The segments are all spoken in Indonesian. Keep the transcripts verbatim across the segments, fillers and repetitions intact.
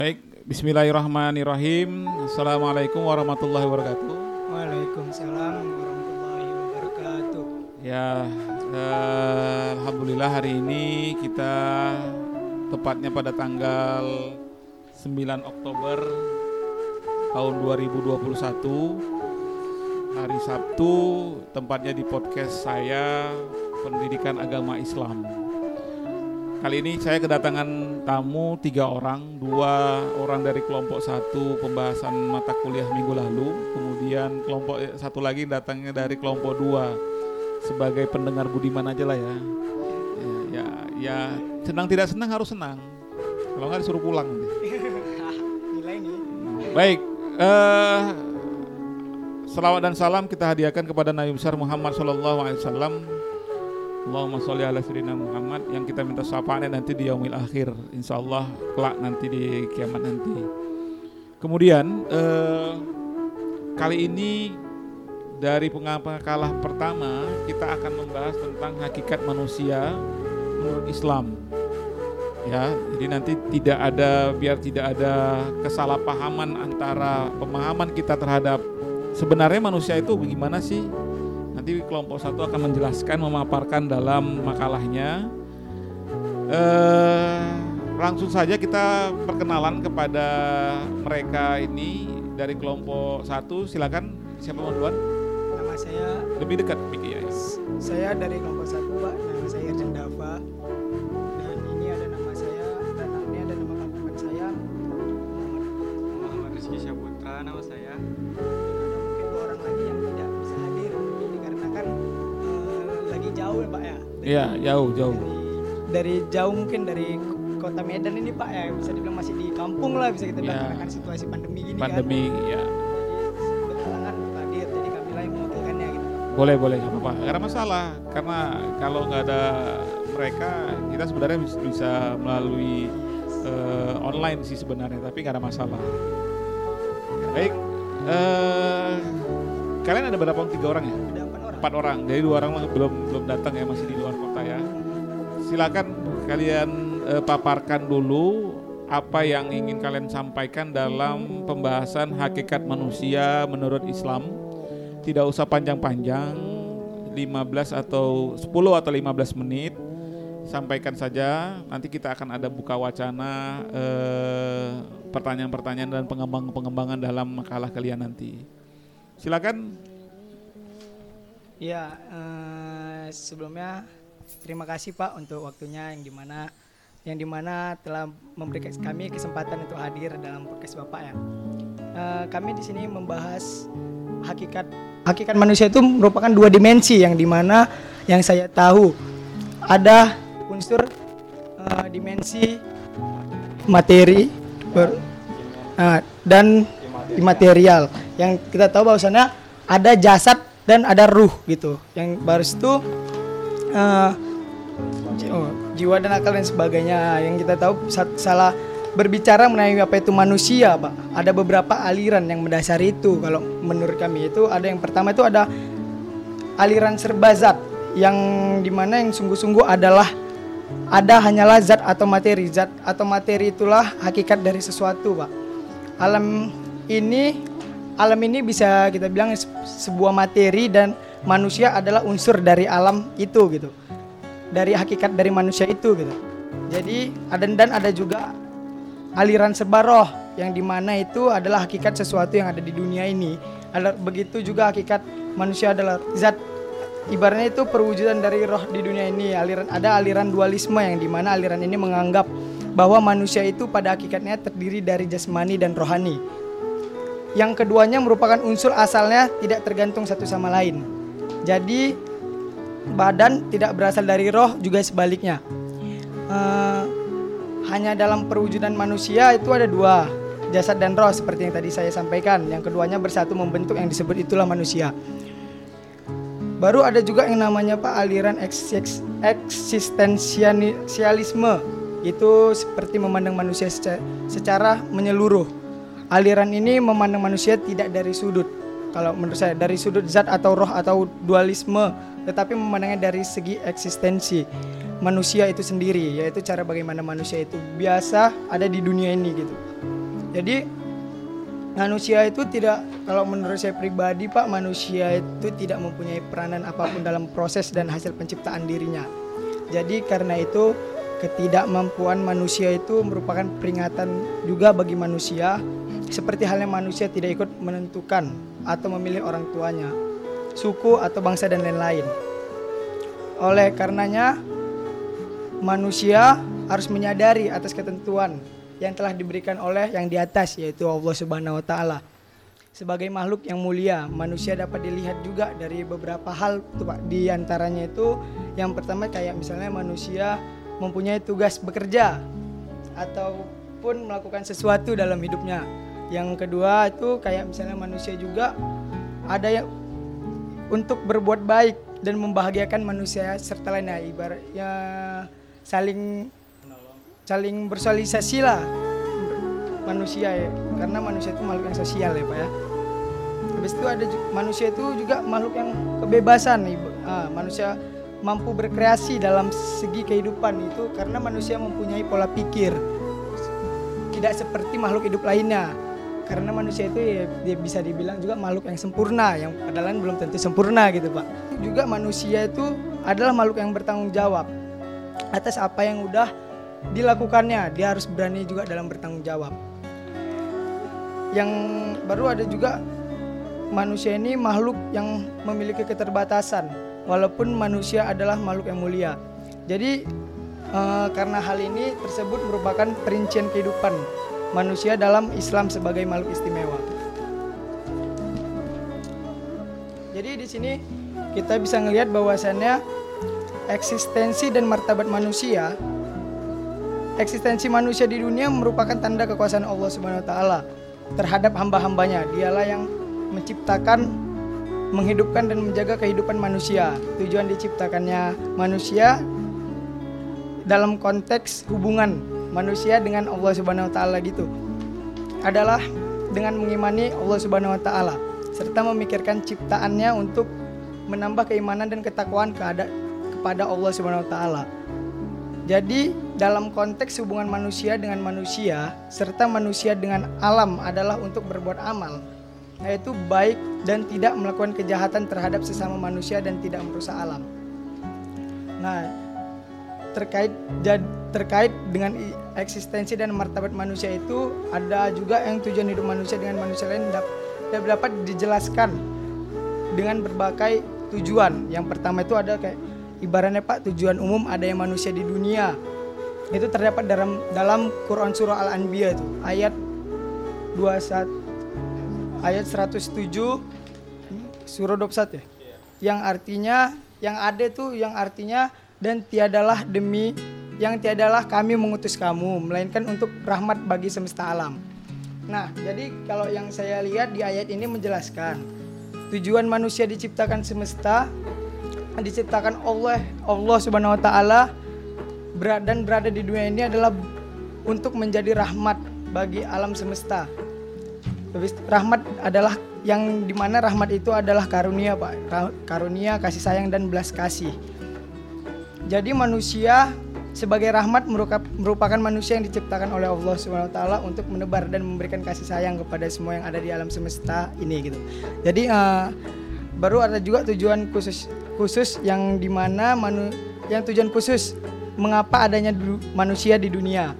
Baik, bismillahirrahmanirrahim. Assalamualaikum warahmatullahi wabarakatuh. Waalaikumsalam warahmatullahi wabarakatuh. Ya, eh, alhamdulillah hari ini kita tepatnya pada tanggal sembilan Oktober tahun dua ribu dua puluh satu, hari Sabtu, tempatnya di podcast saya, Pendidikan Agama Islam. Kali ini saya kedatangan tamu tiga orang, dua orang dari kelompok satu pembahasan mata kuliah minggu lalu, kemudian kelompok satu lagi datangnya dari kelompok dua sebagai pendengar budiman aja lah ya. Ya, ya, ya senang tidak senang harus senang, kalau nggak disuruh pulang nanti. Nilai nih. Baik, eh, selawat dan salam kita hadiahkan kepada Nabi besar Muhammad Sallallahu Alaihi Wasallam. Allahumma sholli ala sayyidina Muhammad, yang kita minta syafaatnya nanti di yaumil akhir, insyaallah kelak nanti di kiamat nanti. Kemudian eh, kali ini dari pengakalah pertama kita akan membahas tentang hakikat manusia menurut Islam. Ya, jadi nanti tidak ada biar tidak ada kesalahpahaman antara pemahaman kita terhadap sebenarnya manusia itu bagaimana sih. Nanti kelompok satu akan menjelaskan, memaparkan dalam makalahnya. Eh, langsung saja kita perkenalan kepada mereka ini dari kelompok satu. Silakan, siapa mau duluan? Nama saya Lebih dekat Miki ya. saya dari kelompok satu, Pak. Nama saya Irjen Dava. Dan ini ada nama saya dan ini ada nama kameramen saya Muhammad Muhammad Rizky Syaputra nama saya. mungkin dua orang lagi yang tidak bisa hadir ini karena kan eh, lagi jauh ya, Pak ya. Dari- Iya, jauh, jauh. Dari, dari jauh mungkin dari kota Medan ini, Pak ya, bisa dibilang masih di kampung lah bisa kita bilang Ya. karena kan situasi pandemi gini Pandemi kan. ya. Jadi berhalangan untuk hadir, jadi kami lah yang mewakilkannya gitu. Boleh, boleh, nggak apa-apa. Nggak ada masalah, karena kalau nggak ada mereka, kita sebenarnya bis- bisa melalui eh, online sih sebenarnya, tapi nggak ada masalah. Baik, eh, kalian ada berapa? Tiga orang ya? Ada empat orang. Empat orang. Jadi dua orang belum belum datang ya, masih di luar kota ya. Silakan kalian eh, paparkan dulu apa yang ingin kalian sampaikan dalam pembahasan hakikat manusia menurut Islam. Tidak usah panjang-panjang, lima belas atau sepuluh atau lima belas menit. Sampaikan saja, nanti kita akan ada buka wacana eh, pertanyaan-pertanyaan dan pengembangan-pengembangan dalam makalah kalian nanti. Silakan. Ya, eh, sebelumnya terima kasih Pak untuk waktunya yang dimana yang dimana telah memberikan kami kesempatan untuk hadir dalam podcast Bapak ya. Eh, kami di sini membahas hakikat hakikat manusia itu merupakan dua dimensi yang dimana yang saya tahu ada unsur eh, dimensi materi ber- eh, dan imaterial yang kita tahu bahwasannya ada jasad dan ada ruh gitu. Yang baru itu uh, ji- oh, jiwa dan akal dan sebagainya. Yang kita tahu sa- salah berbicara mengenai apa itu manusia, Pak. Ada beberapa aliran yang mendasari itu. Kalau menurut kami itu ada yang pertama itu ada aliran serba zat yang dimana yang sungguh-sungguh adalah ada hanyalah zat atau materi. Zat atau materi itulah hakikat dari sesuatu, Pak. Alam ini Alam ini bisa kita bilang se- sebuah materi dan manusia adalah unsur dari alam itu gitu. Dari hakikat dari manusia itu gitu. Jadi ada dan ada juga aliran serba roh yang dimana itu adalah hakikat sesuatu yang ada di dunia ini. Ada begitu juga hakikat manusia adalah zat, ibaratnya itu perwujudan dari roh di dunia ini. Aliran ada aliran dualisme yang dimana aliran ini menganggap bahwa manusia itu pada hakikatnya terdiri dari jasmani dan rohani. Yang keduanya merupakan unsur asalnya tidak tergantung satu sama lain. Jadi badan tidak berasal dari roh, juga sebaliknya. Eh, hanya dalam perwujudan manusia itu ada dua, jasad dan roh seperti yang tadi saya sampaikan. Yang keduanya bersatu membentuk yang disebut itulah manusia. Baru ada juga yang namanya Pak aliran eksis- eksistensialisme. Itu seperti memandang manusia secara, secara menyeluruh. Aliran ini memandang manusia tidak dari sudut, kalau menurut saya dari sudut zat atau roh atau dualisme, tetapi memandangnya dari segi eksistensi. manusia itu sendiri, yaitu cara bagaimana manusia itu biasa ada di dunia ini gitu. Jadi manusia itu tidak, kalau menurut saya pribadi Pak, manusia itu tidak mempunyai peranan apapun dalam proses dan hasil penciptaan dirinya. Jadi karena itu ketidakmampuan manusia itu merupakan peringatan juga bagi manusia, seperti halnya manusia tidak ikut menentukan atau memilih orang tuanya, suku atau bangsa dan lain-lain. Oleh karenanya manusia harus menyadari atas ketentuan yang telah diberikan oleh yang di atas, yaitu Allah Subhanahu wa taala. Sebagai makhluk yang mulia, manusia dapat dilihat juga dari beberapa hal tuh Pak. Di antaranya itu yang pertama kayak misalnya manusia mempunyai tugas bekerja ataupun melakukan sesuatu dalam hidupnya. Yang kedua itu kayak misalnya manusia juga ada yang untuk berbuat baik dan membahagiakan manusia serta lainnya, ibaratnya saling saling bersosialisasi lah manusia ya, karena manusia itu makhluk yang sosial ya Pak ya. Habis itu ada juga, manusia itu juga makhluk yang kebebasan, ah, manusia mampu berkreasi dalam segi kehidupan itu karena manusia mempunyai pola pikir, tidak seperti makhluk hidup lainnya. Karena manusia itu ya, dia bisa dibilang juga makhluk yang sempurna, yang padahal belum tentu sempurna gitu Pak. Juga manusia itu adalah makhluk yang bertanggung jawab atas apa yang udah dilakukannya. Dia harus berani juga dalam bertanggung jawab. Yang baru ada juga manusia ini makhluk yang memiliki keterbatasan, walaupun manusia adalah makhluk yang mulia. Jadi eh, karena hal ini tersebut merupakan perincian kehidupan manusia dalam Islam sebagai makhluk istimewa. Jadi di sini kita bisa ngelihat bahwasannya eksistensi dan martabat manusia, eksistensi manusia di dunia merupakan tanda kekuasaan Allah Subhanahu wa taala terhadap hamba-hambanya. Dialah yang menciptakan, menghidupkan dan menjaga kehidupan manusia. Tujuan diciptakannya manusia dalam konteks hubungan manusia dengan Allah Subhanahu wa taala gitu adalah dengan mengimani Allah Subhanahu wa taala serta memikirkan ciptaannya untuk menambah keimanan dan ketakwaan kepada Allah Subhanahu wa taala. Jadi dalam konteks hubungan manusia dengan manusia serta manusia dengan alam adalah untuk berbuat amal, yaitu baik dan tidak melakukan kejahatan terhadap sesama manusia dan tidak merusak alam. Nah, terkait terkait dengan eksistensi dan martabat manusia itu ada juga yang tujuan hidup manusia dengan manusia lain dapat dijelaskan dengan berbagai tujuan. Yang pertama itu ada kayak ibaratnya Pak, tujuan umum ada yang manusia di dunia. Itu terdapat dalam dalam Quran surah Al-Anbiya itu ayat dua puluh satu ayat seratus tujuh surah dua puluh satu ya. Yang artinya yang ada itu yang artinya dan tiadalah demi yang tiadalah kami mengutus kamu melainkan untuk rahmat bagi semesta alam. Nah, jadi kalau yang saya lihat di ayat ini menjelaskan tujuan manusia diciptakan semesta, diciptakan oleh Allah Subhanahu wa taala dan berada di dunia ini adalah untuk menjadi rahmat bagi alam semesta. Rahmat adalah yang dimana rahmat itu adalah karunia Pak, karunia, kasih sayang dan belas kasih. Jadi manusia sebagai rahmat merupakan manusia yang diciptakan oleh Allah Subhanahu wa taala untuk menebar dan memberikan kasih sayang kepada semua yang ada di alam semesta ini gitu. Jadi uh, baru ada juga tujuan khusus khusus yang dimana manu, yang tujuan khusus mengapa adanya du, manusia di dunia.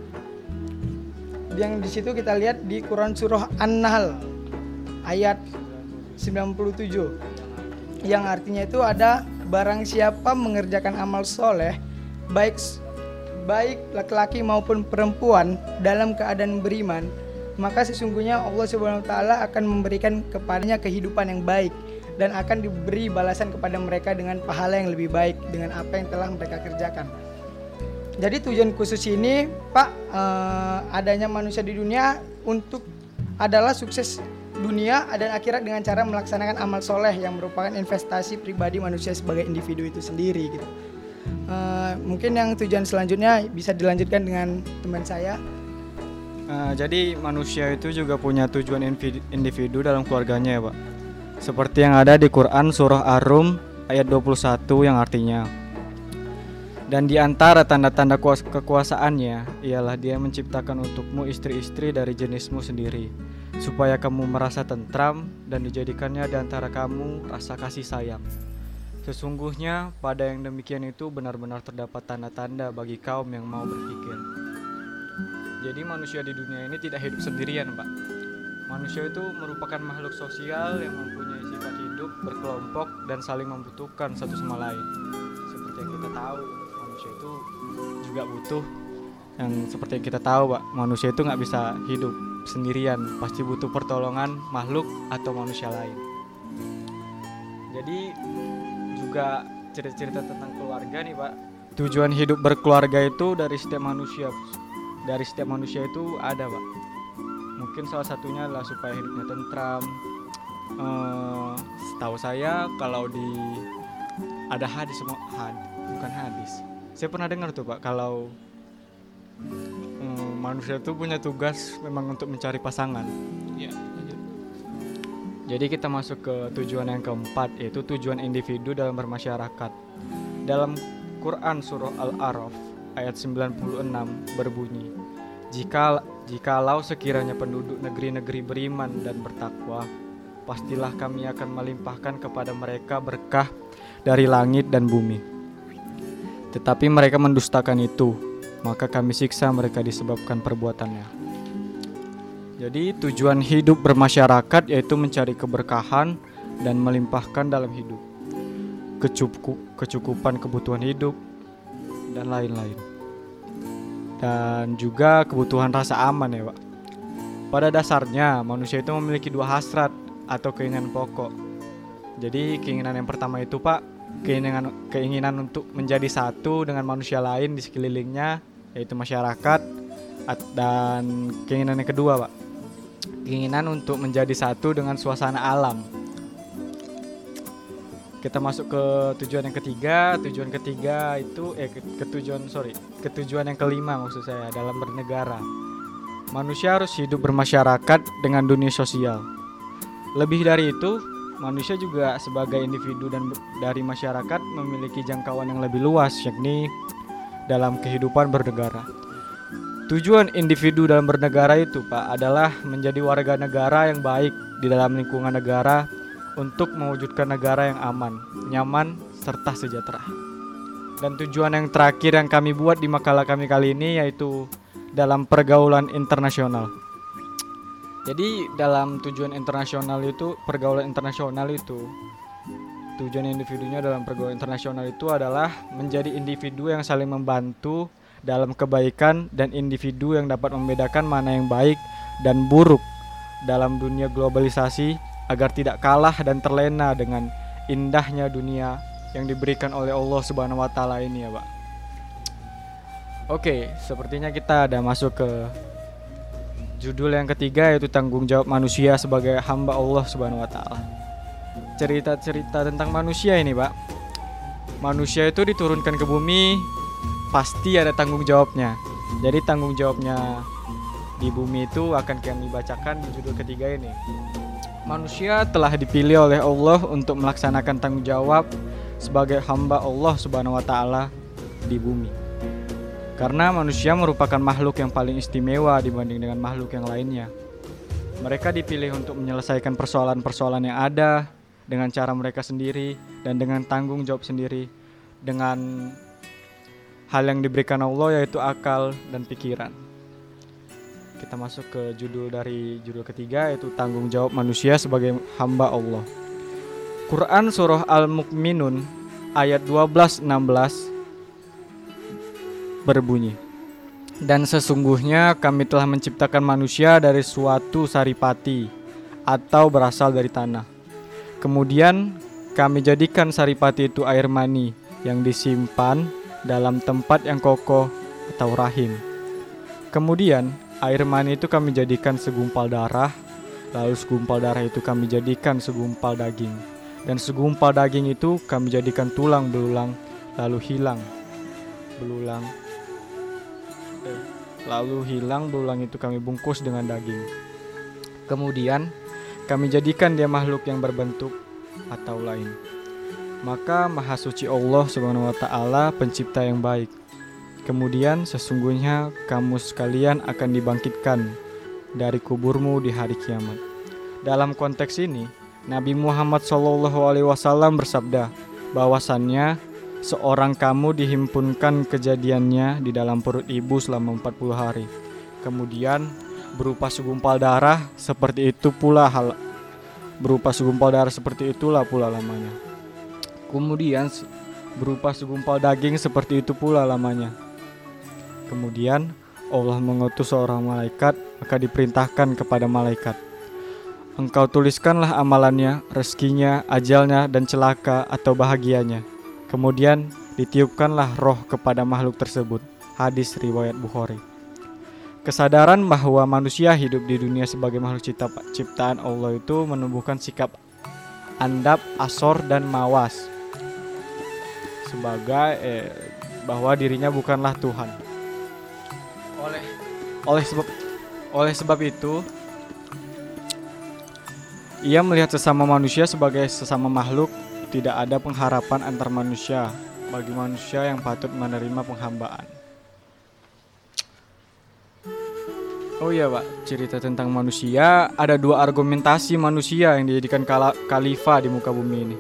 Yang di situ kita lihat di Quran surah An-Nahl ayat sembilan puluh tujuh yang artinya itu ada barang siapa mengerjakan amal soleh baik baik laki-laki maupun perempuan dalam keadaan beriman, maka sesungguhnya Allah Subhanahu wa taala akan memberikan kepadanya kehidupan yang baik dan akan diberi balasan kepada mereka dengan pahala yang lebih baik dengan apa yang telah mereka kerjakan. Jadi tujuan khusus ini Pak, eh, adanya manusia di dunia untuk adalah sukses dunia dan akhirat dengan cara melaksanakan amal soleh yang merupakan investasi pribadi manusia sebagai individu itu sendiri gitu. Uh, mungkin yang tujuan selanjutnya bisa dilanjutkan dengan teman saya. Uh, jadi manusia itu juga punya tujuan individu dalam keluarganya ya Pak. Seperti yang ada di Quran surah Ar-Rum ayat dua puluh satu yang artinya, Dan di antara tanda-tanda kuas- kekuasaannya ialah Dia menciptakan untukmu istri-istri dari jenismu sendiri, supaya kamu merasa tentram dan dijadikannya di antara kamu rasa kasih sayang. Sesungguhnya pada yang demikian itu benar-benar terdapat tanda-tanda bagi kaum yang mau berpikir. Jadi manusia di dunia ini tidak hidup sendirian, Pak. Manusia itu merupakan makhluk sosial yang mempunyai sifat hidup berkelompok dan saling membutuhkan satu sama lain. Seperti yang kita tahu, manusia itu juga butuh. Yang seperti yang kita tahu, Pak, manusia itu nggak bisa hidup sendirian, pasti butuh pertolongan makhluk atau manusia lain. Jadi juga cerita-cerita tentang keluarga nih, Pak. Tujuan hidup berkeluarga itu dari setiap manusia, dari setiap manusia itu ada, Pak. Mungkin salah satunya adalah supaya hidupnya tentram. Uh, setahu saya kalau di ada hadis, had, bukan hadis. Saya pernah dengar tuh, Pak, kalau um, manusia itu punya tugas memang untuk mencari pasangan. Ya, lanjut. Jadi kita masuk ke tujuan yang keempat, yaitu tujuan individu dalam bermasyarakat. Dalam Quran surah Al-A'raf ayat sembilan puluh enam berbunyi, Jika jikalau sekiranya penduduk negeri-negeri beriman dan bertakwa, pastilah kami akan melimpahkan kepada mereka berkah dari langit dan bumi. Tetapi mereka mendustakan itu, maka kami siksa mereka disebabkan perbuatannya. Jadi tujuan hidup bermasyarakat yaitu mencari keberkahan dan melimpahkan dalam hidup, Kecukup, kecukupan kebutuhan hidup, dan lain-lain. Dan juga kebutuhan rasa aman ya, Pak. Pada dasarnya manusia itu memiliki dua hasrat atau keinginan pokok. Jadi keinginan yang pertama itu, Pak, keinginan keinginan untuk menjadi satu dengan manusia lain di sekelilingnya, yaitu masyarakat. Dan keinginan yang kedua, Pak, keinginan untuk menjadi satu dengan suasana alam. Kita masuk ke tujuan yang ketiga. Tujuan ketiga itu eh ke, ke tujuan sorry, ke tujuan yang kelima maksud saya dalam bernegara. Manusia harus hidup bermasyarakat dengan dunia sosial. Lebih dari itu, manusia juga sebagai individu dan dari masyarakat memiliki jangkauan yang lebih luas, yakni dalam kehidupan bernegara. Tujuan individu dalam bernegara itu, Pak, adalah menjadi warga negara yang baik di dalam lingkungan negara untuk mewujudkan negara yang aman, nyaman, serta sejahtera. Dan tujuan yang terakhir yang kami buat di makalah kami kali ini yaitu dalam pergaulan internasional. Jadi dalam tujuan internasional itu, pergaulan internasional itu, tujuan individunya dalam pergaulan internasional itu adalah menjadi individu yang saling membantu dalam kebaikan dan individu yang dapat membedakan mana yang baik dan buruk dalam dunia globalisasi, agar tidak kalah dan terlena dengan indahnya dunia yang diberikan oleh Allah Subhanahu wa taala ini ya, Pak. Oke, sepertinya kita ada masuk ke judul yang ketiga, yaitu tanggung jawab manusia sebagai hamba Allah Subhanahu wa taala. Cerita-cerita tentang manusia ini, Pak. Manusia itu diturunkan ke bumi pasti ada tanggung jawabnya. Jadi tanggung jawabnya di bumi itu akan kami bacakan di judul ketiga ini. Manusia telah dipilih oleh Allah untuk melaksanakan tanggung jawab sebagai hamba Allah Subhanahu wa taala di bumi. Karena manusia merupakan makhluk yang paling istimewa dibanding dengan makhluk yang lainnya. Mereka dipilih untuk menyelesaikan persoalan-persoalan yang ada dengan cara mereka sendiri dan dengan tanggung jawab sendiri, dengan hal yang diberikan Allah yaitu akal dan pikiran. Kita masuk ke judul dari judul ketiga, yaitu tanggung jawab manusia sebagai hamba Allah. Quran surah Al-Mu'minun ayat dua belas enam belas berbunyi, dan sesungguhnya kami telah menciptakan manusia dari suatu saripati atau berasal dari tanah. Kemudian kami jadikan saripati itu air mani yang disimpan dalam tempat yang kokoh atau rahim. Kemudian air mani itu kami jadikan segumpal darah, lalu segumpal darah itu kami jadikan segumpal daging, dan segumpal daging itu kami jadikan tulang belulang, lalu hilang belulang, eh, lalu hilang belulang itu kami bungkus dengan daging. Kemudian kami jadikan dia makhluk yang berbentuk atau lain. Maka Maha Suci Allah Subhanahu wa taala pencipta yang baik. Kemudian sesungguhnya kamu sekalian akan dibangkitkan dari kuburmu di hari kiamat. Dalam konteks ini, Nabi Muhammad shallallahu alaihi wasallam bersabda bahwasannya seorang kamu dihimpunkan kejadiannya di dalam perut ibu selama empat puluh hari. Kemudian berupa segumpal darah seperti itu pula hal berupa segumpal darah seperti itulah pula lamanya. Kemudian berupa segumpal daging seperti itu pula lamanya. Kemudian Allah mengutus seorang malaikat, maka diperintahkan kepada malaikat, engkau tuliskanlah amalannya, rezekinya, ajalnya, dan celaka atau bahagianya. Kemudian ditiupkanlah roh kepada makhluk tersebut. Hadis riwayat Bukhari. Kesadaran bahwa manusia hidup di dunia sebagai makhluk cipta, ciptaan Allah itu menumbuhkan sikap andab, asor, dan mawas sebagai eh, bahwa dirinya bukanlah Tuhan. Oleh oleh sebab oleh sebab itu ia melihat sesama manusia sebagai sesama makhluk. Tidak ada pengharapan antar manusia bagi manusia yang patut menerima penghambaan. Oh iya Pak, cerita tentang manusia, ada dua argumentasi manusia yang dijadikan kala- khalifah di muka bumi ini.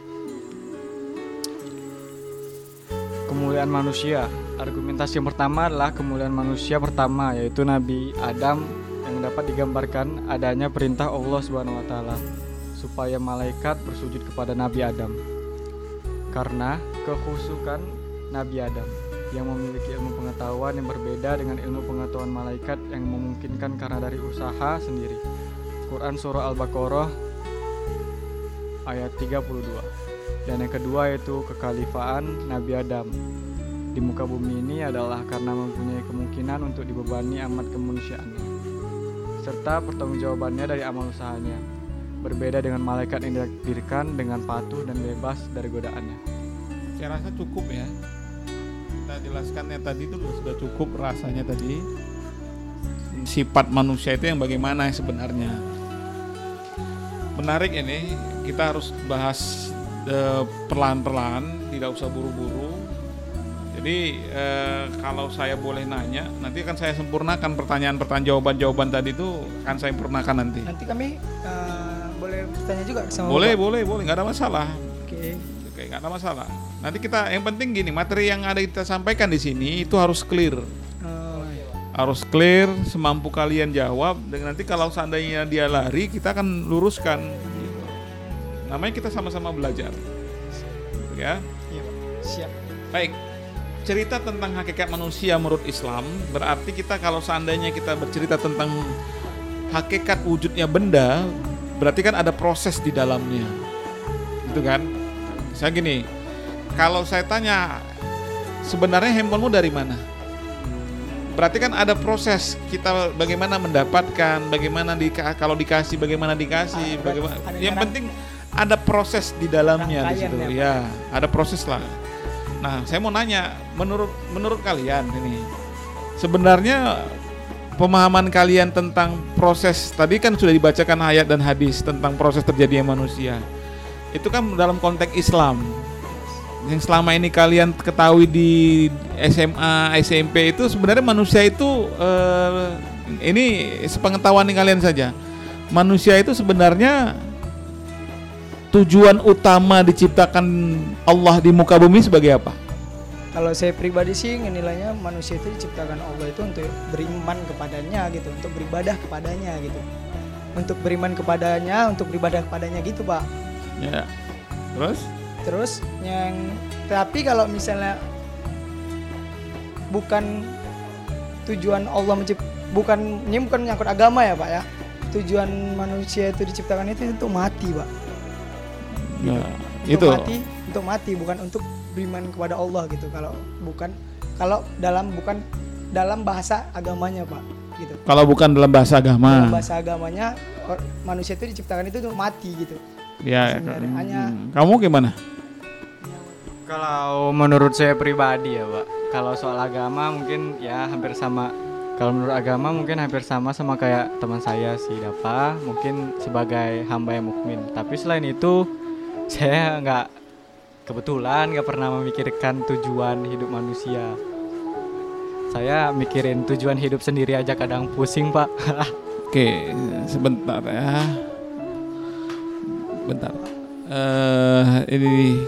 Kemuliaan manusia. Argumentasi yang pertama adalah kemuliaan manusia pertama, yaitu Nabi Adam, yang dapat digambarkan adanya perintah Allah Subhanahu wa taala supaya malaikat bersujud kepada Nabi Adam. Karena kekhusukan Nabi Adam yang memiliki ilmu pengetahuan yang berbeda dengan ilmu pengetahuan malaikat yang memungkinkan karena dari usaha sendiri. Quran Surah Al-Baqarah ayat tiga puluh dua. Dan yang kedua yaitu kekhalifaan Nabi Adam di muka bumi ini adalah karena mempunyai kemungkinan untuk dibebani amat kemanusiaannya serta pertanggungjawabannya dari amal usahanya. Berbeda dengan malaikat yang ditakdirkan dengan patuh dan bebas dari godaannya. Saya rasa cukup ya. Kita jelaskannya tadi itu sudah cukup rasanya tadi. Sifat manusia itu yang bagaimana sebenarnya. Menarik ini, kita harus bahas eh, perlahan-perlahan, tidak usah buru-buru. Jadi eh, kalau saya boleh nanya, nanti akan saya sempurnakan pertanyaan-pertanyaan jawaban-jawaban tadi itu akan saya sempurnakan nanti. Nanti kami uh, boleh bertanya juga sama Boleh, Bapak? boleh, boleh, nggak ada masalah. Oke. Oke, nggak ada masalah. Nanti kita, yang penting gini, materi yang ada kita sampaikan di sini itu harus clear, Oh, harus clear, semampu kalian jawab. Dan nanti kalau seandainya dia lari, kita akan luruskan. Gitu. Namanya kita sama-sama belajar, ya. iya Pak. Siap. Baik. Cerita tentang hakikat manusia menurut Islam berarti kita kalau seandainya kita bercerita tentang hakikat wujudnya benda, berarti kan ada proses di dalamnya, gitu kan? Saya gini, kalau saya tanya sebenarnya handphonemu dari mana, berarti kan ada proses kita bagaimana mendapatkan, bagaimana di, kalau dikasih, bagaimana dikasih, Ah, bagaimana. ada Yang rang- penting ada proses di dalamnya di rangkaian situ, ya, ya, ada proses lah. Nah, saya mau nanya, menurut menurut kalian ini sebenarnya pemahaman kalian tentang proses tadi kan sudah dibacakan ayat dan hadis tentang proses terjadinya manusia. Itu kan dalam konteks Islam. Yang selama ini kalian ketahui di S M A, S M P itu sebenarnya manusia itu eh, ini sepengetahuan kalian saja. Manusia itu sebenarnya tujuan utama diciptakan Allah di muka bumi sebagai apa? Kalau saya pribadi sih nilainya manusia itu diciptakan Allah itu untuk beriman kepadanya gitu, untuk beribadah kepadanya gitu. Untuk beriman kepadanya, untuk beribadah kepadanya gitu, Pak. Ya. Terus? Terus yang tapi kalau misalnya bukan tujuan Allah mencipt bukan ini bukan menyangkut agama ya, Pak ya. Tujuan manusia itu diciptakan itu untuk mati, Pak. Ya, Untuk itu. mati, untuk mati bukan untuk beriman kepada Allah gitu. Kalau bukan kalau dalam bukan dalam bahasa agamanya, Pak, gitu. Kalau bukan dalam bahasa agama. Dalam bahasa agamanya or- manusia itu diciptakan itu untuk mati gitu. Ya, Sebenarnya hmm, hanya- kamu gimana? Kalau menurut saya pribadi ya Pak, kalau soal agama mungkin ya hampir sama. Kalau menurut agama mungkin hampir sama sama kayak teman saya si Dapa, mungkin sebagai hamba yang mukmin. Tapi selain itu saya nggak kebetulan nggak pernah memikirkan tujuan hidup manusia. Saya mikirin tujuan hidup sendiri aja kadang pusing, Pak. Oke, sebentar ya. Bentar. Eh ini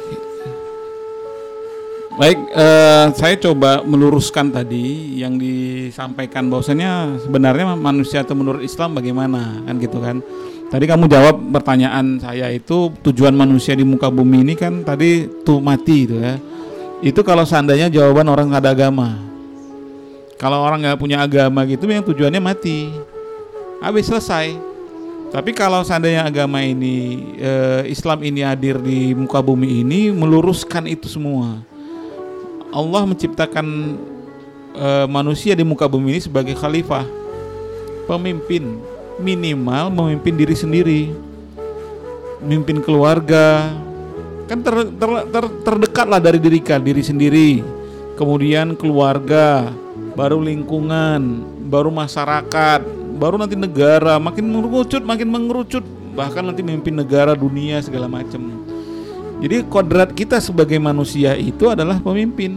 baik, eh, saya coba meluruskan tadi yang disampaikan bahwasanya sebenarnya manusia itu menurut Islam bagaimana, kan gitu kan. Tadi kamu jawab pertanyaan saya itu tujuan manusia di muka bumi ini kan tadi tuh mati itu ya. Itu kalau seandainya jawaban orang nggak ada agama. Kalau orang nggak punya agama gitu yang tujuannya mati. Habis selesai. Tapi kalau seandainya agama ini e, Islam ini hadir di muka bumi ini meluruskan itu semua. Allah menciptakan e, manusia di muka bumi ini sebagai khalifah, pemimpin, minimal memimpin diri sendiri, memimpin keluarga. Kan ter, ter, ter, terdekatlah dari diri kan, diri sendiri, kemudian keluarga, baru lingkungan, baru masyarakat, baru nanti negara, makin mengerucut, makin mengerucut, bahkan nanti memimpin negara, dunia, segala macam. Jadi kodrat kita sebagai manusia itu adalah pemimpin.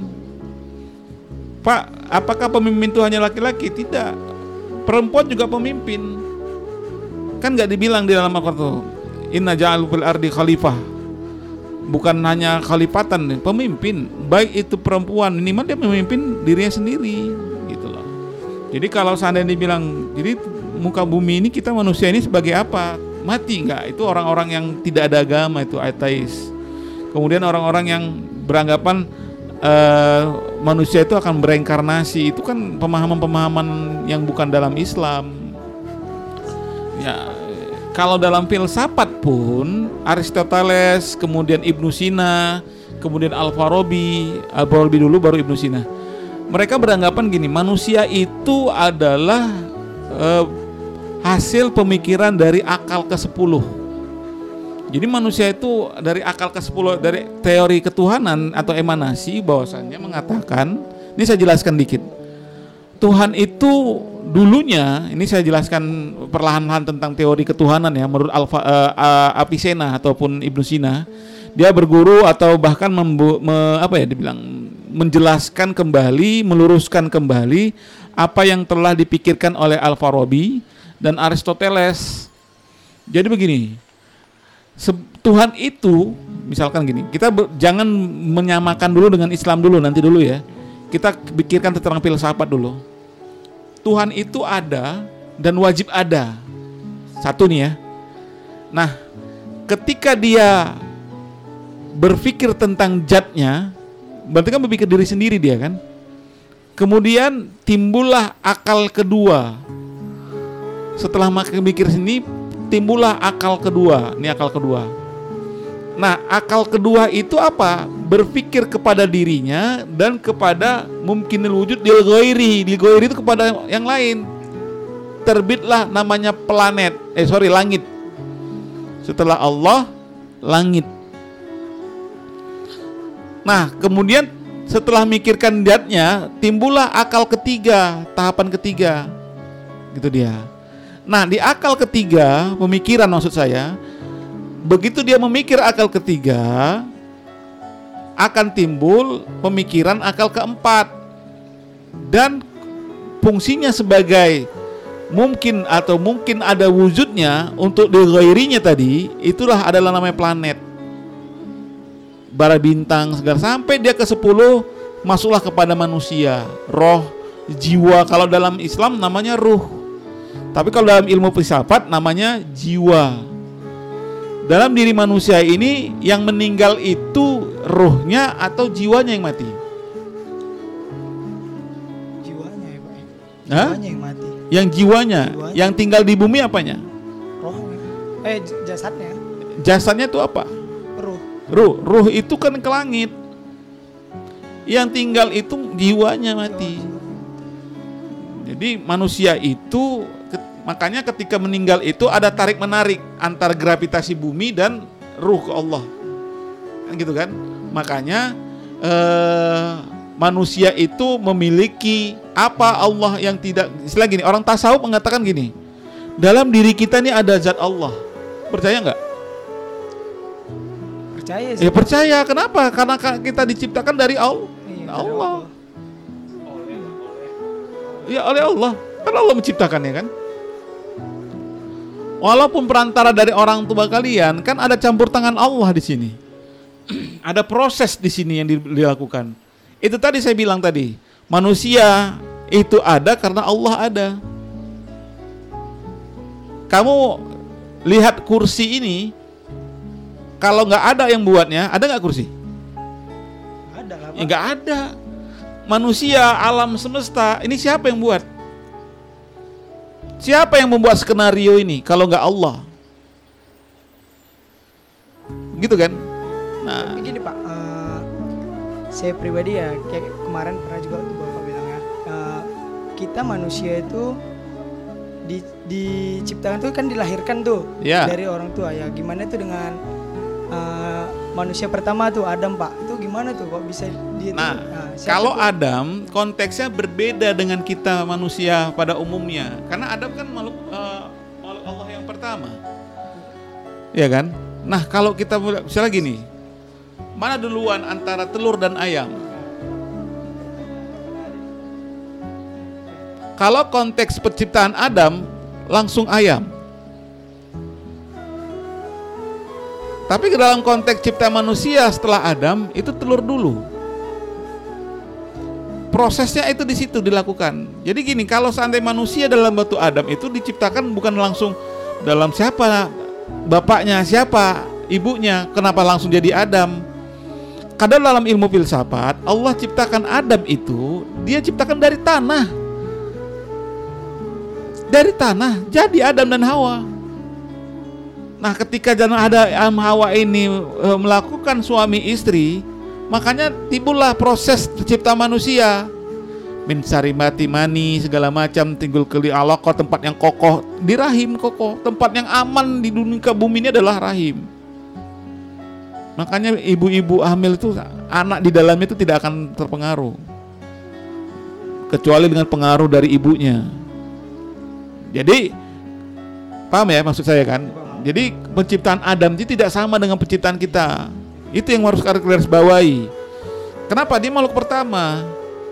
Pak, apakah pemimpin itu hanya laki-laki? Tidak, perempuan juga pemimpin. Kan nggak dibilang di dalam Al-Quran, Inna ja'al fil ardi khalifah. Bukan hanya khalifatan, pemimpin. Baik itu perempuan, minimal dia memimpin dirinya sendiri, gitu loh. Jadi kalau seandainya dibilang, jadi muka bumi ini kita manusia ini sebagai apa? Mati enggak? Itu orang-orang yang tidak ada agama, itu ateis. Kemudian orang-orang yang beranggapan uh, manusia itu akan bereinkarnasi, itu kan pemahaman-pemahaman yang bukan dalam Islam. Ya, kalau dalam filsafat pun Aristoteles, kemudian Ibnu Sina, kemudian Al-Farabi, Al-Farabi dulu baru Ibnu Sina. Mereka beranggapan gini, manusia itu adalah eh, hasil pemikiran dari akal kesepuluh. Jadi manusia itu dari akal kesepuluh, dari teori ketuhanan atau emanasi bahwasannya mengatakan, ini saya jelaskan dikit. Tuhan itu dulunya, ini saya jelaskan perlahan-lahan tentang teori ketuhanan ya, menurut Alfa, uh, uh, Avicenna ataupun Ibnu Sina. Dia berguru atau bahkan membu, me, apa ya dibilang menjelaskan kembali, meluruskan kembali apa yang telah dipikirkan oleh Al-Farabi dan Aristoteles. Jadi begini, se- Tuhan itu misalkan gini, kita ber, jangan menyamakan dulu dengan Islam dulu, nanti dulu ya. Kita pikirkan tentang filsafat dulu. Tuhan itu ada dan wajib ada. Satu nih ya. Nah, ketika dia berpikir tentang zatnya, berarti kan berpikir diri sendiri dia kan. Kemudian timbullah akal kedua. Setelah mikir sini, timbullah akal kedua. Ini akal kedua. Nah, akal kedua itu apa? Berpikir kepada dirinya dan kepada mungkinul wujud lil ghairi. Lil ghairi itu kepada yang lain. Terbitlah namanya planet. Eh sorry, langit. Setelah Allah, langit. Nah, kemudian setelah mikirkan zatnya, timbullah akal ketiga, tahapan ketiga. Gitu dia. Nah, di akal ketiga, pemikiran maksud saya, begitu dia memikir akal ketiga, akan timbul pemikiran akal keempat. Dan fungsinya sebagai mungkin atau mungkin ada wujudnya untuk dighairinya tadi, itulah adalah namanya planet, bara bintang segala, sampai dia ke sepuluh masuklah kepada manusia, roh, jiwa. Kalau dalam Islam namanya ruh, tapi kalau dalam ilmu filsafat namanya jiwa. Dalam diri manusia ini yang meninggal itu ruhnya atau jiwanya yang mati? Jiwanya ya Pak. Hah? Jiwanya yang mati. Yang jiwanya, Jiwanya. yang tinggal di bumi apanya? Rohnya. Eh j- jasadnya. Jasadnya itu apa? Ruh. Ruh, ruh itu kan ke langit. Yang tinggal itu jiwanya mati. Jadi manusia itu, makanya ketika meninggal itu ada tarik menarik antara gravitasi bumi dan ruh ke Allah, kan gitu kan. Makanya eh, manusia itu memiliki apa Allah yang tidak. Istilah gini, orang tasawuf mengatakan gini, dalam diri kita ini ada zat Allah. Percaya nggak? percaya sih. Ya percaya, kenapa? Karena kita diciptakan dari Allah. Iya, dari Allah. Ya oleh Allah. Kan Allah menciptakannya kan. Walaupun perantara dari orang tua kalian, kan ada campur tangan Allah di sini. Ada proses di sini yang dilakukan. Itu tadi saya bilang tadi, manusia itu ada karena Allah ada. Kamu lihat kursi ini, kalau nggak ada yang buatnya, ada nggak kursi? Ada lah, Pak. Ya, nggak ada. Manusia, alam semesta, ini siapa yang buat? Siapa yang membuat skenario ini kalau nggak Allah? Gitu kan? Nah, Begini Pak, eh, saya pribadi ya kayak kemarin pernah juga waktu Bapak bilang ya, eh, kita manusia itu di, diciptakan tuh kan dilahirkan tuh Ya. dari orang tua ya. Gimana tuh dengan eh, manusia pertama tuh Adam Pak? Itu gimana tuh kok bisa dia tuh- Nah, siapa kalau tuh? Adam konteksnya berbeda dengan kita manusia pada umumnya. Karena Adam kan makhluk, eh, makhluk Allah yang pertama. Ya kan? Nah, kalau kita mulai- misalnya gini, mana duluan antara telur dan ayam? Kalau konteks penciptaan Adam, langsung ayam. Tapi ke dalam konteks cipta manusia setelah Adam, itu telur dulu. Prosesnya itu di situ dilakukan. Jadi gini, kalau seandainya manusia dalam batu Adam itu diciptakan bukan langsung dalam siapa bapaknya, siapa ibunya, kenapa langsung jadi Adam? Kadang dalam ilmu filsafat, Allah ciptakan Adam itu, dia ciptakan dari tanah. Dari tanah, jadi Adam dan Hawa. Nah, ketika jangan ada Adam Hawa ini e, melakukan suami istri, makanya timbullah proses tercipta manusia. Min sarimati mani segala macam timbul keli alaqah, tempat yang kokoh di rahim kokoh, tempat yang aman di dunia bumi ini adalah rahim. Makanya ibu-ibu hamil itu anak di dalamnya itu tidak akan terpengaruh kecuali dengan pengaruh dari ibunya. Jadi paham ya maksud saya kan? Jadi penciptaan Adam itu tidak sama dengan penciptaan kita. Itu yang harus kita garis bawahi. Kenapa? Dia makhluk pertama.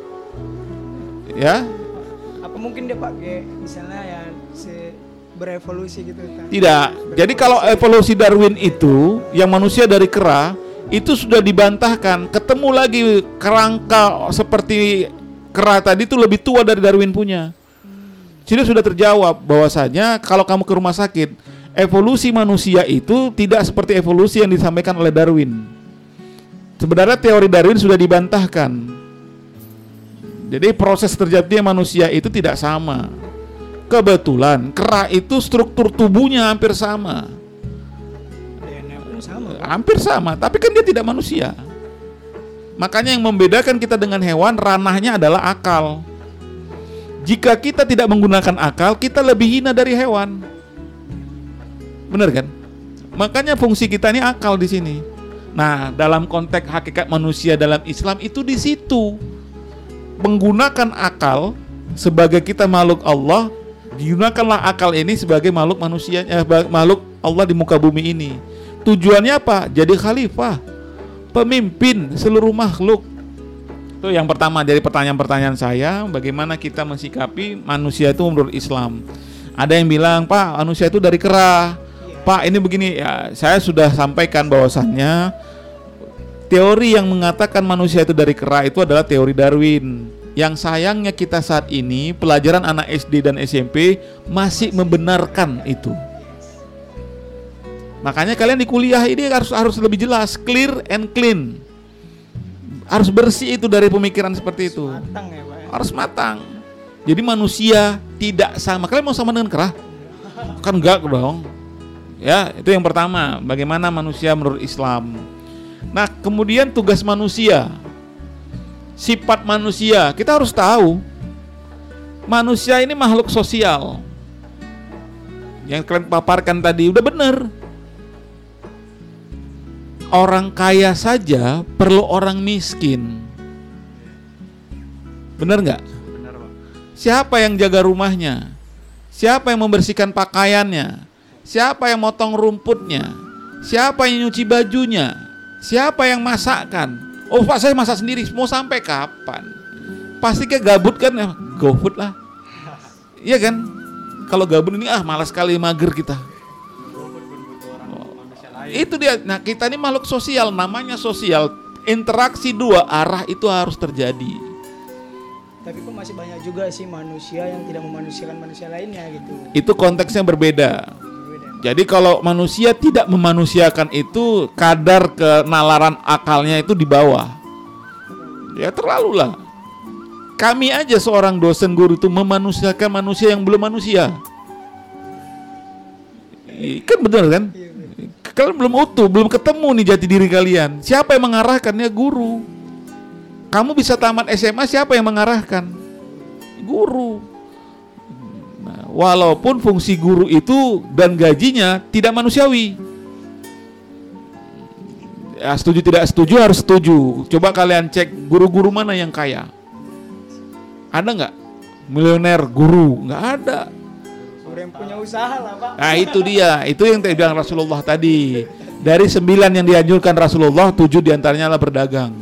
Ya, Apa mungkin dia pakai misalnya ya se- berevolusi gitu kan? tidak. Jadi kalau evolusi Darwin itu yang manusia dari kera itu sudah dibantahkan. Ketemu lagi kerangka seperti kera tadi itu lebih tua dari Darwin punya. Jadi sudah terjawab bahwasanya kalau kamu ke rumah sakit, evolusi manusia itu tidak seperti evolusi yang disampaikan oleh Darwin. Sebenarnya teori Darwin sudah dibantahkan. Jadi proses terjadinya manusia itu tidak sama. Kebetulan kera itu struktur tubuhnya hampir sama. D N A pun sama. Pak. Hampir sama, tapi kan dia tidak manusia. Makanya yang membedakan kita dengan hewan, ranahnya adalah akal. Jika kita tidak menggunakan akal, kita lebih hina dari hewan. Benar kan? Makanya fungsi kita ini akal di sini. Nah, dalam konteks hakikat manusia dalam Islam itu di situ. Menggunakan akal sebagai kita makhluk Allah, gunakanlah akal ini sebagai makhluk manusia, eh, makhluk Allah di muka bumi ini. Tujuannya apa? Jadi khalifah, pemimpin seluruh makhluk. Itu yang pertama dari pertanyaan-pertanyaan saya, bagaimana kita mensikapi manusia itu menurut Islam. Ada yang bilang, Pak, manusia itu dari kera. Pak, ini begini ya, saya sudah sampaikan bahwasannya teori yang mengatakan manusia itu dari kera itu adalah teori Darwin. Yang sayangnya kita saat ini pelajaran anak S D dan S M P masih membenarkan itu. Makanya kalian di kuliah ini harus harus lebih jelas, clear and clean. Harus bersih itu dari pemikiran seperti itu. Matang ya Pak ya? Harus matang. Jadi manusia tidak sama. Kalian mau sama dengan kera? Kan enggak dong. Ya, itu yang pertama. Bagaimana manusia menurut Islam. Nah, kemudian tugas manusia, sifat manusia, kita harus tahu manusia ini makhluk sosial. Yang kalian paparkan tadi udah benar. Orang kaya saja perlu orang miskin. Benar nggak? Benar, Pak. Siapa yang jaga rumahnya? Siapa yang membersihkan pakaiannya? Siapa yang motong rumputnya? Siapa yang nyuci bajunya? Siapa yang masakkan? Oh Pak, saya masak sendiri. Mau sampai kapan? Pasti kayak gabut kan? Ya, GoFood lah. Iya kan? Kalau gabut ini ah malas sekali, mager kita. Itu dia. Nah, kita ini makhluk sosial, namanya sosial. Interaksi dua arah itu harus terjadi. Tapi kok masih banyak juga sih manusia yang tidak memanusiakan manusia lainnya gitu. Itu konteksnya berbeda. Berbeda. Jadi kalau manusia tidak memanusiakan itu, kadar kenalaran akalnya itu di bawah. Ya terlalu lah. Kami aja seorang dosen guru itu memanusiakan manusia yang belum manusia. Kan benar kan? Kalian belum utuh, belum ketemu nih jati diri kalian. Siapa yang mengarahkannya? Guru. Kamu bisa tamat S M A, siapa yang mengarahkan? Guru. Nah, walaupun fungsi guru itu dan gajinya tidak manusiawi. Ya, setuju tidak setuju harus setuju. Coba kalian cek guru-guru mana yang kaya. Ada nggak? Miliuner guru? Nggak ada. Orang yang punya usaha lah Pak. Nah itu dia, itu yang tadi bilang Rasulullah tadi. Dari sembilan yang dianjurkan Rasulullah, tujuh diantaranya adalah berdagang.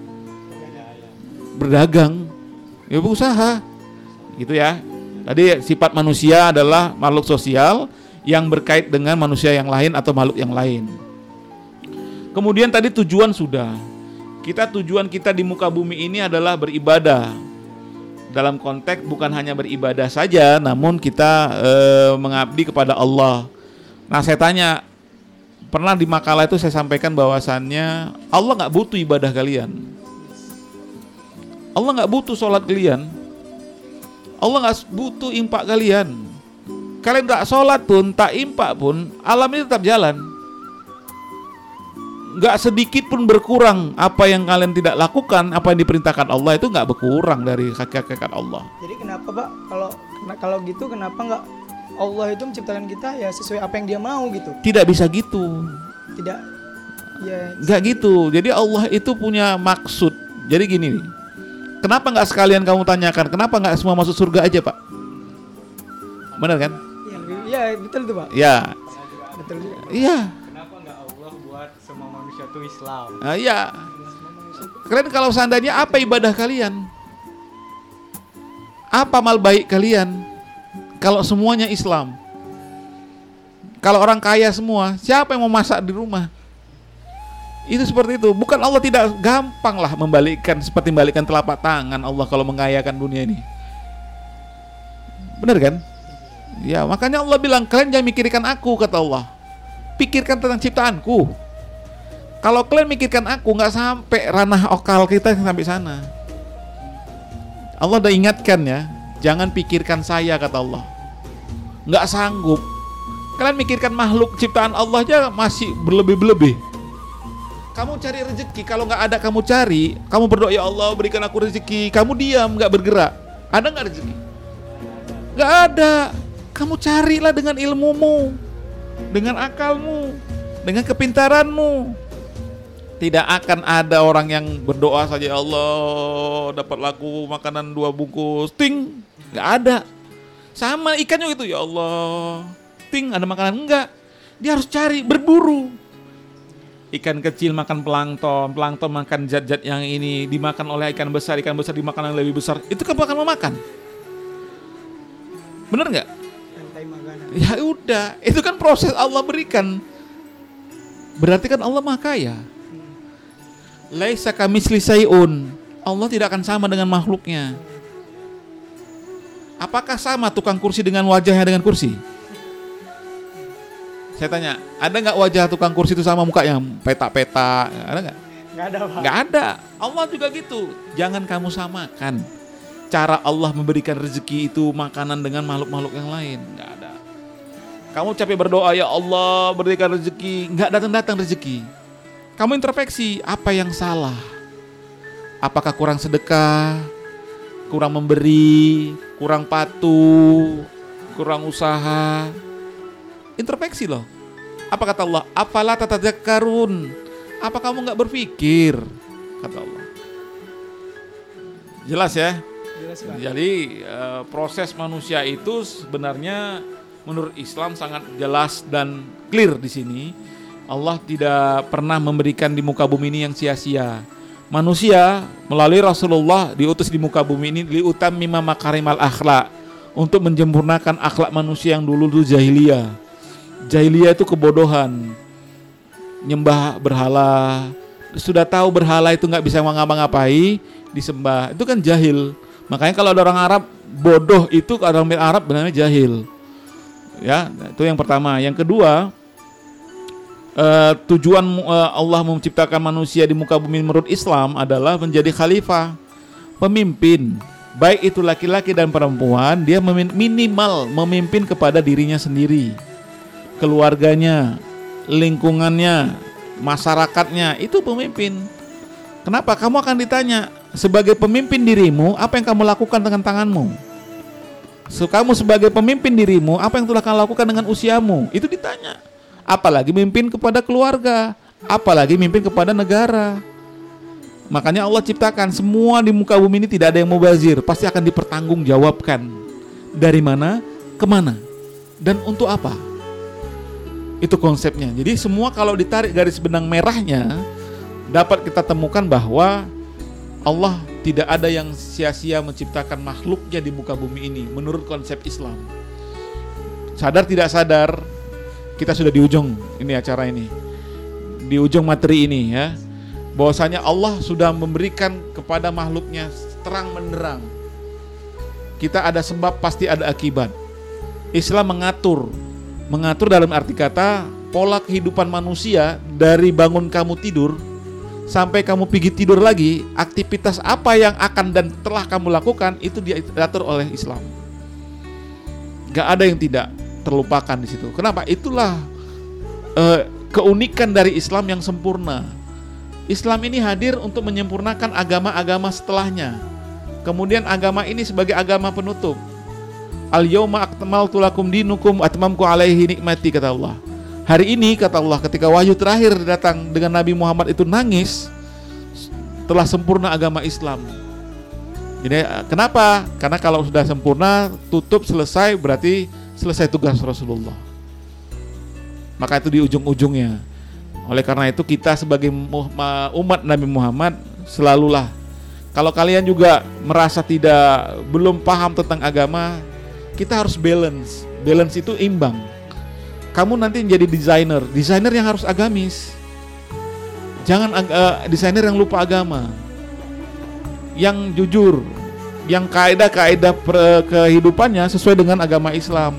Berdagang, ya berusaha, gitu ya. Tadi sifat manusia adalah makhluk sosial yang berkait dengan manusia yang lain atau makhluk yang lain. Kemudian tadi tujuan sudah. Kita tujuan kita di muka bumi ini adalah beribadah. Dalam konteks bukan hanya beribadah saja, namun kita e, mengabdi kepada Allah. Nah saya tanya, pernah di makalah itu saya sampaikan bahwasannya Allah nggak butuh ibadah kalian. Allah nggak butuh sholat kalian. Allah nggak butuh impak kalian. Kalian tak sholat pun, tak impak pun, alam ini tetap jalan. Nggak sedikit pun berkurang apa yang kalian tidak lakukan, apa yang diperintahkan Allah itu nggak berkurang dari hakikat Allah. Jadi kenapa Pak kalau kalau gitu kenapa nggak Allah itu menciptakan kita ya sesuai apa yang Dia mau gitu? Tidak bisa gitu. Tidak, ya. Nggak gitu. Jadi Allah itu punya maksud. Jadi gini nih. Kenapa nggak sekalian kamu tanyakan? Kenapa nggak semua masuk surga aja Pak? Benar kan? Iya, ya, betul tuh Pak. Ya. Betul juga. Iya. Semua manusia itu Islam. Nah, iya. Kalian kalau seandainya apa ibadah kalian? Apa amal baik kalian? Kalau semuanya Islam. Kalau orang kaya semua, siapa yang mau masak di rumah? Itu seperti itu. Bukan Allah tidak gampang lah membalikkan seperti membalikkan telapak tangan Allah kalau mengayakan dunia ini. Benar kan? Ya, makanya Allah bilang kalian jangan mikirkan aku, kata Allah. Pikirkan tentang ciptaanku. Kalau kalian mikirkan aku, nggak sampai ranah akal kita sampai sana. Allah udah ingatkan ya, jangan pikirkan saya, kata Allah. Nggak sanggup. Kalian mikirkan makhluk ciptaan Allah aja masih berlebih-lebih. Kamu cari rezeki, kalau nggak ada kamu cari, kamu berdoa ya Allah berikan aku rezeki, kamu diam nggak bergerak, ada nggak rezeki? Nggak ada. Kamu carilah dengan ilmumu, dengan akalmu, dengan kepintaranmu. Tidak akan ada orang yang berdoa saja ya Allah dapat laku makanan dua bungkus, ting, nggak ada. Sama ikan juga itu ya Allah, ting ada makanan, enggak. Dia harus cari, berburu. Ikan kecil makan plankton, plankton makan zat-zat yang ini dimakan oleh ikan besar, ikan besar dimakan yang lebih besar. Itu kan bukan memakan. Bener nggak? Ya udah, itu kan proses Allah berikan. Berarti kan Allah Maha Kaya. Laisa kamitsli syai'un. Allah tidak akan sama dengan makhluknya. Apakah sama tukang kursi dengan wajahnya dengan kursi? Saya tanya, ada nggak wajah tukang kursi itu sama mukanya peta-peta? Ada nggak? Nggak ada Pak. Nggak ada. Allah juga gitu. Jangan kamu samakan cara Allah memberikan rezeki itu makanan dengan makhluk-makhluk yang lain. Nggak ada. Kamu capek berdoa ya Allah berikan rezeki, nggak datang-datang rezeki. Kamu introspeksi, apa yang salah? Apakah kurang sedekah, kurang memberi, kurang patuh, kurang usaha? Introspeksi loh. Apa kata Allah? Apalah tatadzakkarun? Apa kamu nggak berpikir? Kata Allah. Jelas ya? Jelas, Pak. Jadi uh, proses manusia itu sebenarnya menurut Islam sangat jelas dan clear di sini. Allah tidak pernah memberikan di muka bumi ini yang sia-sia. Manusia melalui Rasulullah diutus di muka bumi ini liutammima makarimal akhlak, untuk menyempurnakan akhlak manusia yang dulu dulu jahiliyah. Jahiliyah itu kebodohan, nyembah berhala. Sudah tahu berhala itu nggak bisa ngapa-ngapai, disembah. Itu kan jahil. Makanya kalau ada orang Arab bodoh, itu orang Arab benar-benar jahil. Ya, itu yang pertama. Yang kedua, uh, tujuan uh, Allah menciptakan manusia di muka bumi menurut Islam adalah menjadi khalifah, pemimpin. Baik itu laki-laki dan perempuan, dia memin- minimal memimpin kepada dirinya sendiri, keluarganya, lingkungannya, masyarakatnya. Itu pemimpin. Kenapa? Kamu akan ditanya, sebagai pemimpin dirimu, apa yang kamu lakukan dengan tanganmu? So, kamu sebagai pemimpin dirimu, apa yang telah kamu lakukan dengan usiamu? Itu ditanya. Apalagi memimpin kepada keluarga, apalagi memimpin kepada negara. Makanya Allah ciptakan semua di muka bumi ini tidak ada yang mubazir, pasti akan dipertanggungjawabkan. Dari mana, kemana, dan untuk apa? Itu konsepnya. Jadi semua kalau ditarik garis benang merahnya, dapat kita temukan bahwa Allah tidak ada yang sia-sia menciptakan makhluknya di muka bumi ini menurut konsep Islam. Sadar tidak sadar, kita sudah di ujung ini acara ini, di ujung materi ini ya, bahwasanya Allah sudah memberikan kepada makhluknya terang benderang. Kita ada sebab, pasti ada akibat. Islam mengatur, mengatur dalam arti kata pola kehidupan manusia dari bangun kamu tidur sampai kamu pergi tidur lagi, aktivitas apa yang akan dan telah kamu lakukan itu diatur oleh Islam. Gak ada yang tidak terlupakan di situ. Kenapa? Itulah uh, keunikan dari Islam yang sempurna. Islam ini hadir untuk menyempurnakan agama-agama setelahnya. Kemudian agama ini sebagai agama penutup. Al-yawma akmaltu lakum dinukum atmamku alaihi nikmati, kata Allah. Hari ini, kata Allah, ketika wahyu terakhir datang dengan Nabi Muhammad itu nangis, telah sempurna agama Islam. Jadi kenapa? Karena kalau sudah sempurna, tutup, selesai, berarti selesai tugas Rasulullah. Maka itu di ujung-ujungnya. Oleh karena itu kita sebagai umat Nabi Muhammad selalulah, kalau kalian juga merasa tidak belum paham tentang agama, kita harus balance. Balance itu imbang. Kamu nanti menjadi desainer, desainer yang harus agamis. Jangan uh, desainer yang lupa agama, yang jujur, yang kaidah-kaidah kehidupannya sesuai dengan agama Islam.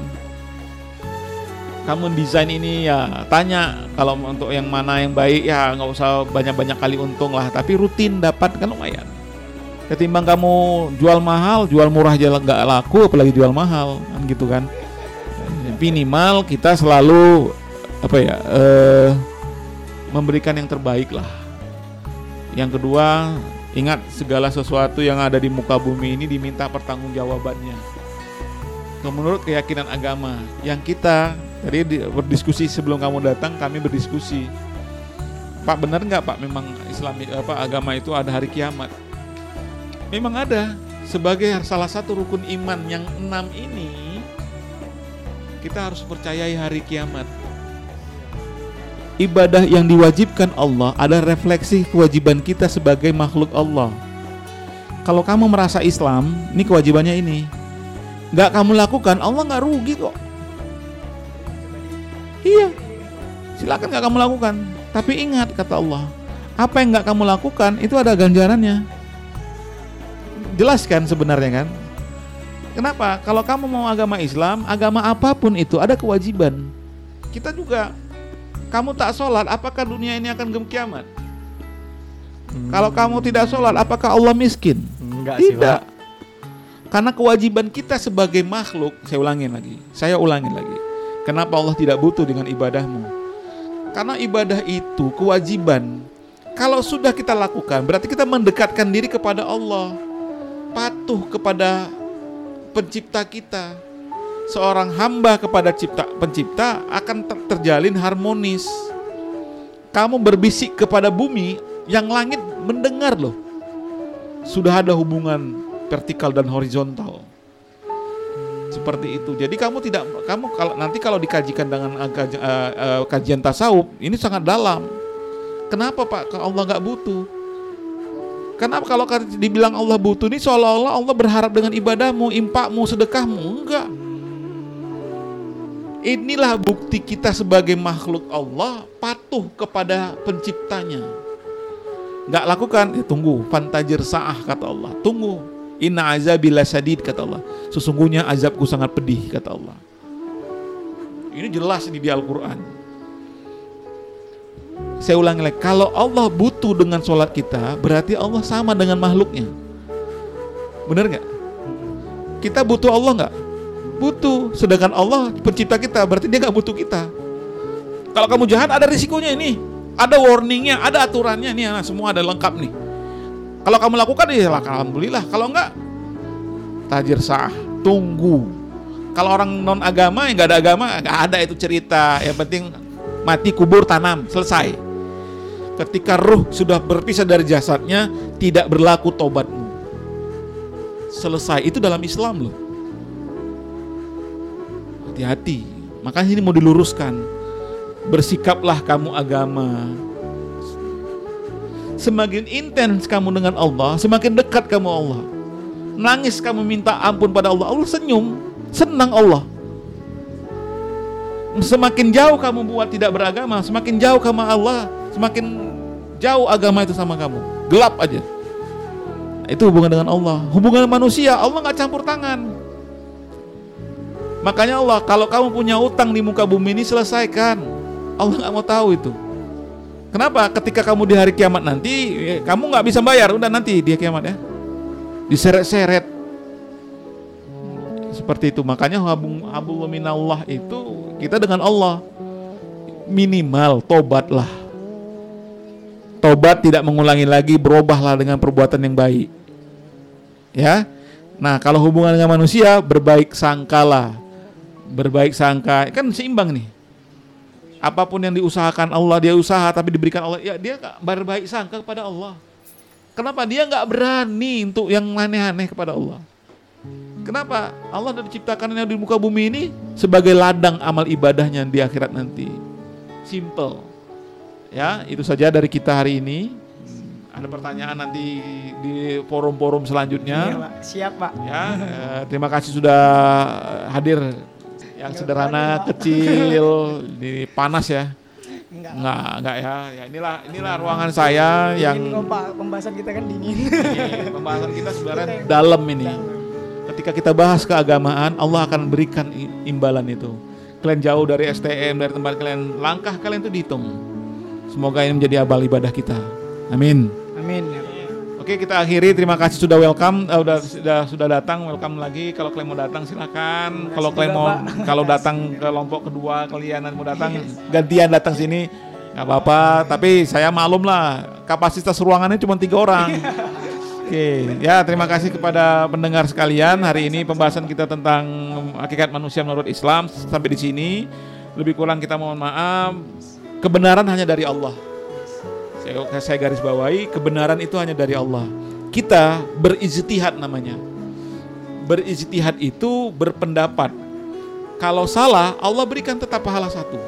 Kamu desain ini ya tanya, kalau untuk yang mana yang baik ya nggak usah banyak-banyak kali untung lah, tapi rutin dapat kan lumayan. Ketimbang kamu jual mahal, jual murah aja nggak laku, apalagi jual mahal kan gitu kan. Minimal kita selalu apa ya eh, memberikan yang terbaik lah. Yang kedua, ingat segala sesuatu yang ada di muka bumi ini diminta pertanggungjawabannya. Menurut keyakinan agama yang kita tadi berdiskusi sebelum kamu datang, kami berdiskusi, Pak, benar nggak Pak memang Islam apa agama itu ada hari kiamat? Memang ada, sebagai salah satu rukun iman yang enam ini. Kita harus percayai hari kiamat. Ibadah yang diwajibkan Allah adalah refleksi kewajiban kita sebagai makhluk Allah. Kalau kamu merasa Islam, ini kewajibannya ini, gak kamu lakukan, Allah gak rugi kok. Iya, silakan gak kamu lakukan. Tapi ingat, kata Allah, apa yang gak kamu lakukan itu ada ganjarannya. Jelaskan sebenarnya kan. Kenapa? Kalau kamu mau agama Islam, agama apapun itu ada kewajiban. Kita juga, kamu tak sholat, apakah dunia ini akan kiamat? Hmm. Kalau kamu tidak sholat, apakah Allah miskin? Enggak sih, tidak. Pak. Karena kewajiban kita sebagai makhluk, saya ulangin lagi, saya ulangin lagi. Kenapa Allah tidak butuh dengan ibadahmu? Karena ibadah itu kewajiban. Kalau sudah kita lakukan, berarti kita mendekatkan diri kepada Allah, patuh kepada pencipta kita. Seorang hamba kepada cipta, pencipta akan ter- terjalin harmonis. Kamu berbisik kepada bumi, yang langit mendengar loh. Sudah ada hubungan vertikal dan horizontal. Seperti itu. Jadi kamu tidak kamu kalau nanti kalau dikajikan dengan uh, kaj, uh, uh, kajian tasawuf ini sangat dalam. Kenapa Pak? Allah nggak butuh. Kenapa kalau dibilang Allah butuh ini seolah-olah Allah berharap dengan ibadahmu, infakmu, sedekahmu? Enggak. Inilah bukti kita sebagai makhluk Allah patuh kepada penciptanya. Enggak lakukan, ya tunggu, fantajir sa'ah kata Allah. Tunggu. Inna azabi lasadid kata Allah. Sesungguhnya azabku sangat pedih kata Allah. Ini jelas ini di Al-Qur'an. Saya ulangi lagi, kalau Allah butuh dengan sholat kita, berarti Allah sama dengan makhluknya. Benar nggak? Kita butuh Allah nggak? Butuh. Sedangkan Allah pencipta kita, berarti dia nggak butuh kita. Kalau kamu jahat, ada risikonya ini, ada warningnya, ada aturannya nih, nah, semua ada lengkap nih. Kalau kamu lakukan, ya alhamdulillah. Kalau enggak, tajir sah, tunggu. Kalau orang non agama, yang nggak ada agama, nggak ada itu cerita. Yang penting mati, kubur, tanam, selesai. Ketika ruh sudah berpisah dari jasadnya, tidak berlaku tobatmu. Selesai. Itu dalam Islam loh. Hati-hati. Makanya ini mau diluruskan. Bersikaplah kamu agama. Semakin intens kamu dengan Allah, semakin dekat kamu Allah. Nangis kamu minta ampun pada Allah, Allah senyum, senang Allah. Semakin jauh kamu buat tidak beragama, semakin jauh kamu Allah, semakin jauh agama itu sama kamu. Gelap aja. Itu hubungan dengan Allah. Hubungan manusia, Allah gak campur tangan. Makanya Allah, kalau kamu punya utang di muka bumi ini, selesaikan. Allah gak mau tahu itu. Kenapa? Ketika kamu di hari kiamat nanti, kamu gak bisa bayar. Udah nanti dia kiamat ya, diseret-seret. Seperti itu. Makanya hablum minallah itu kita dengan Allah. Minimal tobatlah. Tobat, tidak mengulangi lagi, berubahlah dengan perbuatan yang baik. Ya. Nah, kalau hubungan dengan manusia, berbaik sangkalah. Berbaik sangka, kan seimbang nih. Apapun yang diusahakan Allah, dia usaha tapi diberikan Allah, ya dia berbaik sangka kepada Allah. Kenapa? Dia gak berani untuk yang aneh-aneh kepada Allah. Kenapa? Allah sudah diciptakannya di muka bumi ini sebagai ladang amal ibadahnya di akhirat nanti. Simple. Ya, itu saja dari kita hari ini. Ada pertanyaan nanti di forum-forum selanjutnya. Iya, Pak. Siap, Pak. Ya, eh, terima kasih sudah hadir. Yang sederhana, kecil, di panas ya. Enggak. Enggak, enggak ya. Ya inilah inilah ruangan saya yang Dingin kok, Pak. Pembahasan kita kan dingin. Ini, pembahasan kita sebenarnya dalam ini. Ketika kita bahas keagamaan, Allah akan berikan imbalan itu. Kalian jauh dari S T M, dari tempat kalian, langkah kalian itu dihitung. Semoga ini menjadi abal ibadah kita. Amin. Amin. Ya. Oke, kita akhiri. Terima kasih sudah welcome, uh, sudah sudah sudah datang. Welcome lagi. Kalau kalian mau datang silakan. Kalau kalian mau, kalau datang ke kelompok kedua kalian mau datang, gantian datang sini, nggak apa-apa. Tapi saya maklum lah, kapasitas ruangannya cuma tiga orang. Oke, ya terima kasih kepada pendengar sekalian. Hari ini pembahasan kita tentang hakikat manusia menurut Islam sampai di sini. Lebih kurang kita mohon maaf. Kebenaran hanya dari Allah. Saya, saya garis bawahi, kebenaran itu hanya dari Allah. Kita berijtihad namanya. Berijtihad itu berpendapat. Kalau salah, Allah berikan tetap pahala satu.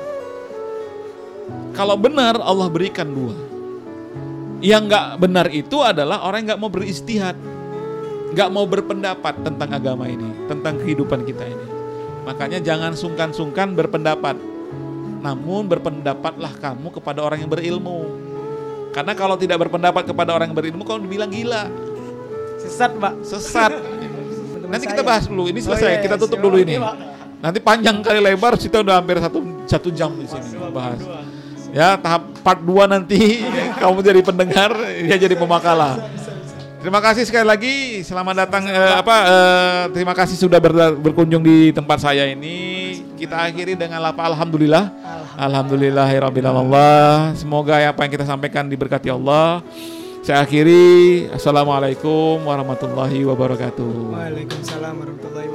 Kalau benar, Allah berikan dua. Yang gak benar itu adalah orang yang gak mau berijtihad, gak mau berpendapat tentang agama ini, tentang kehidupan kita ini. Makanya jangan sungkan-sungkan berpendapat. Namun berpendapatlah kamu kepada orang yang berilmu. Karena kalau tidak berpendapat kepada orang yang berilmu, kamu dibilang gila. Sesat, Pak. Sesat. Nanti kita bahas dulu. Ini selesai. Oh, iya, kita tutup siap. dulu ini. Oke, Pak. Nanti panjang kali lebar. Kita udah hampir satu satu jam di sini bahas. Ya, tahap part dua nanti kamu jadi pendengar, dia jadi pemakalah. Terima kasih sekali lagi. Selamat datang. Eh, apa? Eh, terima kasih sudah ber- berkunjung di tempat saya ini. Kita akhiri dengan lapa alhamdulillah. Alhamdulillahirabbil alamin. Semoga apa yang kita sampaikan diberkati Allah. Saya akhiri. Assalamualaikum warahmatullahi wabarakatuh. Waalaikumsalam warahmatullahi wabarakatuh.